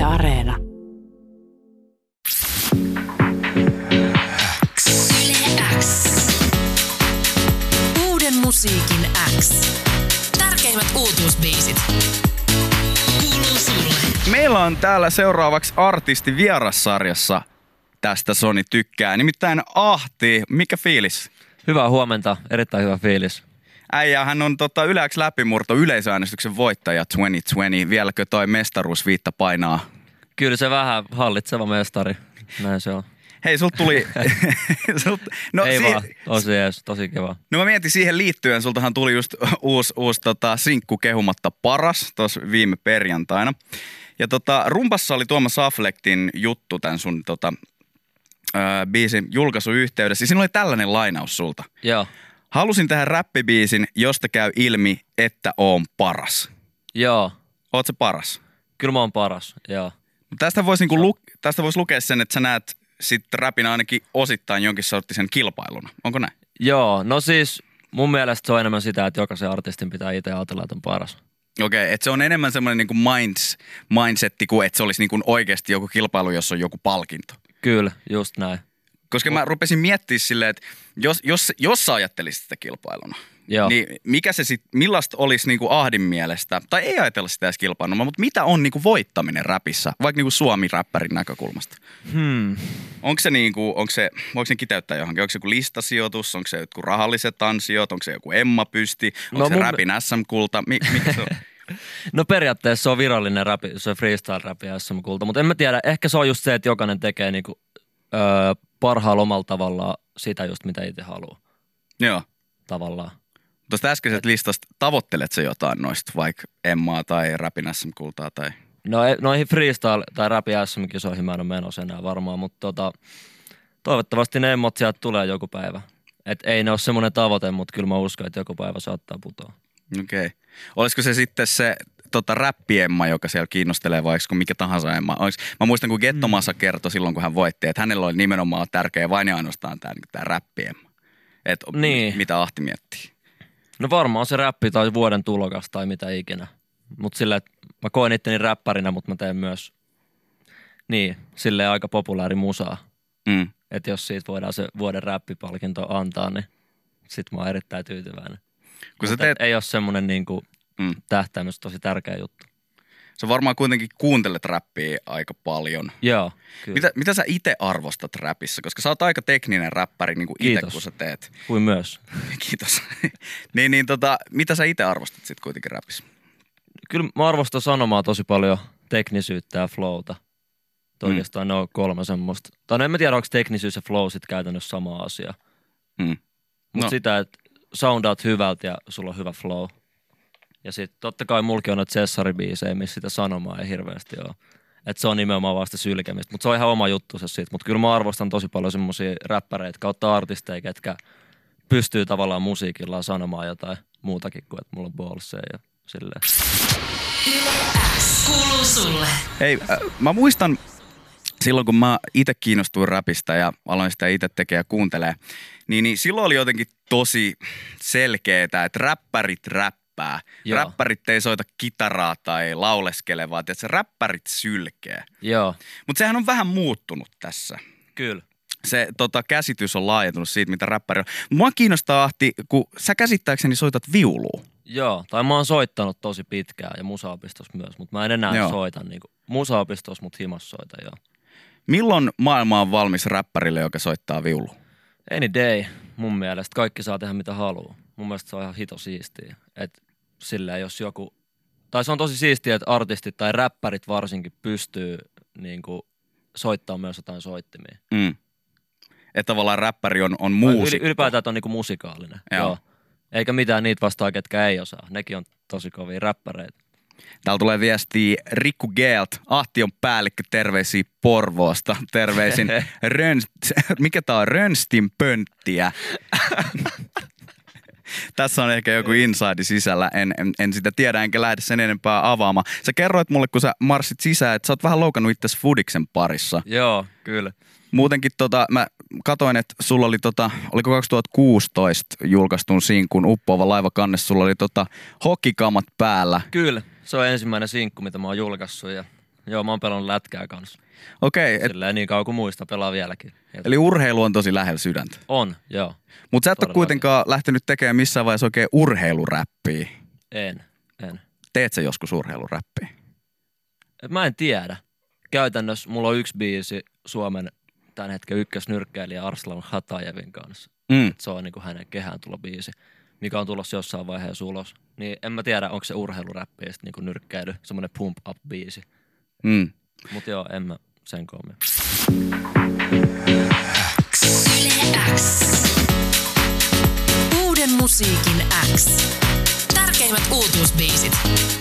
Areena. Yle X. Uuden musiikin X. Tärkeimmät uutuusbiisit. Kuuluu sulle. Meillä on täällä seuraavaksi artisti vierassarjassa. Tästä Soni tykkää. Nimittäin Ahti. Mikä fiilis? Hyvää huomenta. Erittäin hyvä fiilis. Äijä, hän on Yle X läpimurto yleisöäänestyksen voittaja 2020. Vieläkö toi mestaruusviitta painaa? Kyllä se vähän hallitseva mestari. Näin se on. Hei, sulta tuli... Ei vaan, tosi kiva. No mä mietin siihen liittyen, sultahan tuli just uusi sinkku kehumatta paras tuossa viime perjantaina. Ja rumpassa oli Tuomas Afflectin juttu tämän sun biisin julkaisuyhteydessä. Siinä oli tällainen lainaus sulta. Joo. Halusin tehdä räppibiisin, josta käy ilmi, että oon paras. Joo. Oot sä paras? Kyllä mä oon paras, joo. Tästä voisi lukea sen, että sä näet sitten räpinä ainakin osittain jonkin sorttisen kilpailuna. Onko näin? Joo, no siis mun mielestä se on enemmän sitä, että jokaisen artistin pitää itse ajatella, että on paras. Okei, että se on enemmän semmoinen niinku mindsetti kuin että se olisi niinku oikeasti joku kilpailu, jossa on joku palkinto. Kyllä, just näin. Koska mä rupesin miettimään silleen, että jos sä ajattelisit sitä kilpailuna, Joo. niin millaista olisi niinku Ahdin mielestä, tai ei ajatella sitä edes kilpailuna, mutta mitä on niinku voittaminen räpissä, vaikka niinku Suomi-räppärin näkökulmasta? Onko se, voiko se kiteyttää johonkin? Onko se joku listasijoitus, onko se joku rahalliset ansiot, onko se joku Emma-pysti, onko se räpin SM-kulta, mikä se on? No periaatteessa se on virallinen räpi, se on freestyle-räpi SM-kulta, mutta en mä tiedä, ehkä se on just se, että jokainen tekee niinku, parhaalla omalla tavallaan sitä just mitä itse haluaa. Joo. Tavallaan. Tuosta äskeisestä listasta tavoittelet sä jotain noista, vaikka Emmaa tai räpin SM-kultaa tai? No noihin freestyle tai räpi SM-kisoihin mä en ole menossa enää varmaan, mutta toivottavasti ne emmot sieltä tulee joku päivä. Et ei ne ole semmoinen tavoite, mutta kyllä mä uskon, että joku päivä saattaa putoa. Okei. Olisiko se sitten se räppiemma, joka siellä kiinnostelee, vai olisiko mikä tahansa emma? Mä muistan, kun Gettomassa kertoi silloin, kun hän voitti, että hänellä oli nimenomaan tärkeä vain ja ainoastaan tämä räppiemma. Että niin. Mitä Ahti miettii? No varmaan se räppi tai vuoden tulokas tai mitä ikinä. Mutta silleen, että mä koen itteni räppärinä, mutta mä teen myös silleen aika populaari musaa. Että jos siitä voidaan se vuoden räppipalkinto antaa, niin sit mä oon erittäin tyytyväinen. Ei ole semmoinen niinku tähtäimessä tosi tärkeä juttu. Sä varmaan kuitenkin kuuntelet räppiä aika paljon. Joo, kyllä. Mitä sä itse arvostat räpissä? Koska sä oot aika tekninen räppäri niin kuin itse, kun sä teet. Kuin myös. Kiitos. Mitä sä itse arvostat sit kuitenkin räpissä? Kyllä mä arvostan sanomaa tosi paljon, teknisyyttä ja flowta. Oikeastaan ne on kolme semmoista. Tai no en mä tiedä, onko teknisyys ja flow sit käytännössä sama asia. Mutta sitä, että soundaat hyvältä ja sulla on hyvä flow. Ja sitten totta kai mulki on noita Cessari-biisejä, missä sitä sanomaa ei hirveästi ole. Että se on nimenomaan vasta sylkemistä. Mutta se on ihan oma juttu se siitä. Mutta kyllä mä arvostan tosi paljon semmosia räppäreitä kautta artisteja, ketkä pystyy tavallaan musiikillaan sanomaan jotain muutakin kuin, että mulla on ballseja ja silleen. Yle X kuuluu sulle. Hei, mä muistan silloin, kun mä itse kiinnostuin räpistä ja aloin sitä itse tekemään ja kuuntelee, niin silloin oli jotenkin tosi selkeetä, että räppärit räppää. Joo. Räppärit ei soita kitaraa tai lauleskele, vaan että räppärit sylkee. Joo. Mutta sehän on vähän muuttunut tässä. Kyllä. Se käsitys on laajentunut siitä, mitä räppäri on. Mua kiinnostaa, Ahti, kun sä käsittääkseni soitat viulua. Joo, tai mä oon soittanut tosi pitkään ja musaopistossa myös, mutta mä en enää soita niinku musaopistossa, mutta himassa soitan joo. Milloin maailma on valmis räppärille, joka soittaa viulua? Any day, mun mielestä. Kaikki saa tehdä mitä haluaa. Mun mielestä se on ihan hito siistiä. Että silleen jos joku, tai se on tosi siistiä, että artistit tai räppärit varsinkin pystyy niinku soittamaan myös jotain soittimia. Että tavallaan räppäri on muusikko. Ylipäätään, että on niinku musikaalinen. Joo. Eikä mitään niitä vastaan, ketkä ei osaa. Nekin on tosi kovia räppäreitä. Täällä tulee viestiä Rikku Geelt. Ahti on päällikkö, terveisiä Porvoosta. Terveisin mikä tää on? Rönstin pönttiä. Tässä on ehkä joku inside sisällä. En sitä tiedä, enkä lähde sen enempää avaamaan. Sä kerroit mulle, kun sä marssit sisään, että sä oot vähän loukannut itsesi Fudiksen parissa. Joo, kyllä. Muutenkin mä katoin, että sulla oli oliko 2016 julkaistun sinkun Uppoava laivakannes, sulla oli hokkikamat päällä. Kyllä, se on ensimmäinen sinkku, mitä mä oon julkaissut ja Joo, mä oon pelannut lätkää kanssa. Okei. Silleen niin kauan kuin muista, pelaa vieläkin. Eli urheilu on tosi lähellä sydäntä. On, joo. Mutta sä et ole kuitenkaan lähtenyt tekemään missään vaiheessa oikein urheiluräppiä. En. Teet sä joskus urheiluräppiä? Mä en tiedä. Käytännössä mulla on yksi biisi Suomen tämän hetken ykkösnyrkkäilijä Arslan Hatajevin kanssa. Se on niinku hänen kehään tulo biisi, mikä on tulossa jossain vaiheessa ulos. Niin en mä tiedä, onko se urheiluräppi ja niinku nyrkkäily, semmoinen pump up biisi. Mut joo, en mä sen koommin. Yle X. Uuden musiikin X. Tärkeimmät uutuusbiisit.